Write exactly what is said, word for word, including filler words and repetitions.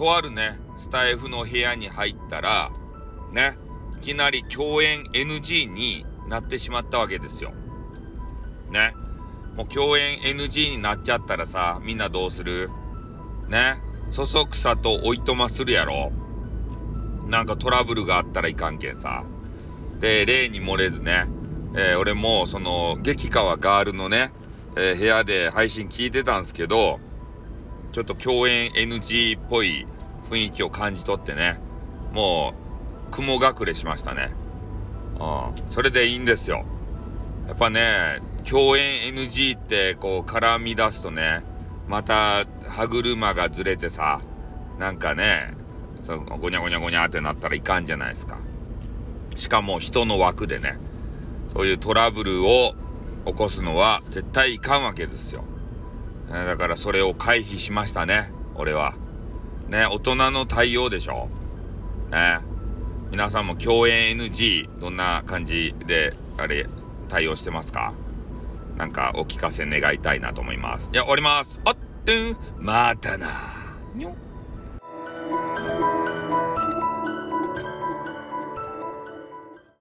とあるねスタイフの部屋に入ったらね、いきなり共演 エヌジー になってしまったわけですよね。もう共演 エヌジー になっちゃったらさ、みんなどうするね。そそくさとおいとまするやろ。なんかトラブルがあったらいかんけんさ。で、例に漏れずね、えー、俺もその激川ガールのね、えー、部屋で配信聞いてたんすけど、ちょっと共演 エヌジー っぽい雰囲気を感じ取ってね、もう雲隠れしましたね。うん、それでいいんですよ。やっぱね、共演 エヌジー ってこう絡み出すとね、また歯車がずれてさ、なんかね、そゴニャゴニャゴニャってなったらいかんじゃないですか。しかも人の枠でね、そういうトラブルを起こすのは絶対いかんわけですよ。だからそれを回避しましたね、俺は。ね、大人の対応でしょ。ね、皆さんも共演 エヌジー どんな感じであれ対応してますか？なんかお聞かせ願いたいなと思います。いや、終わります。あってん、またな。にょ。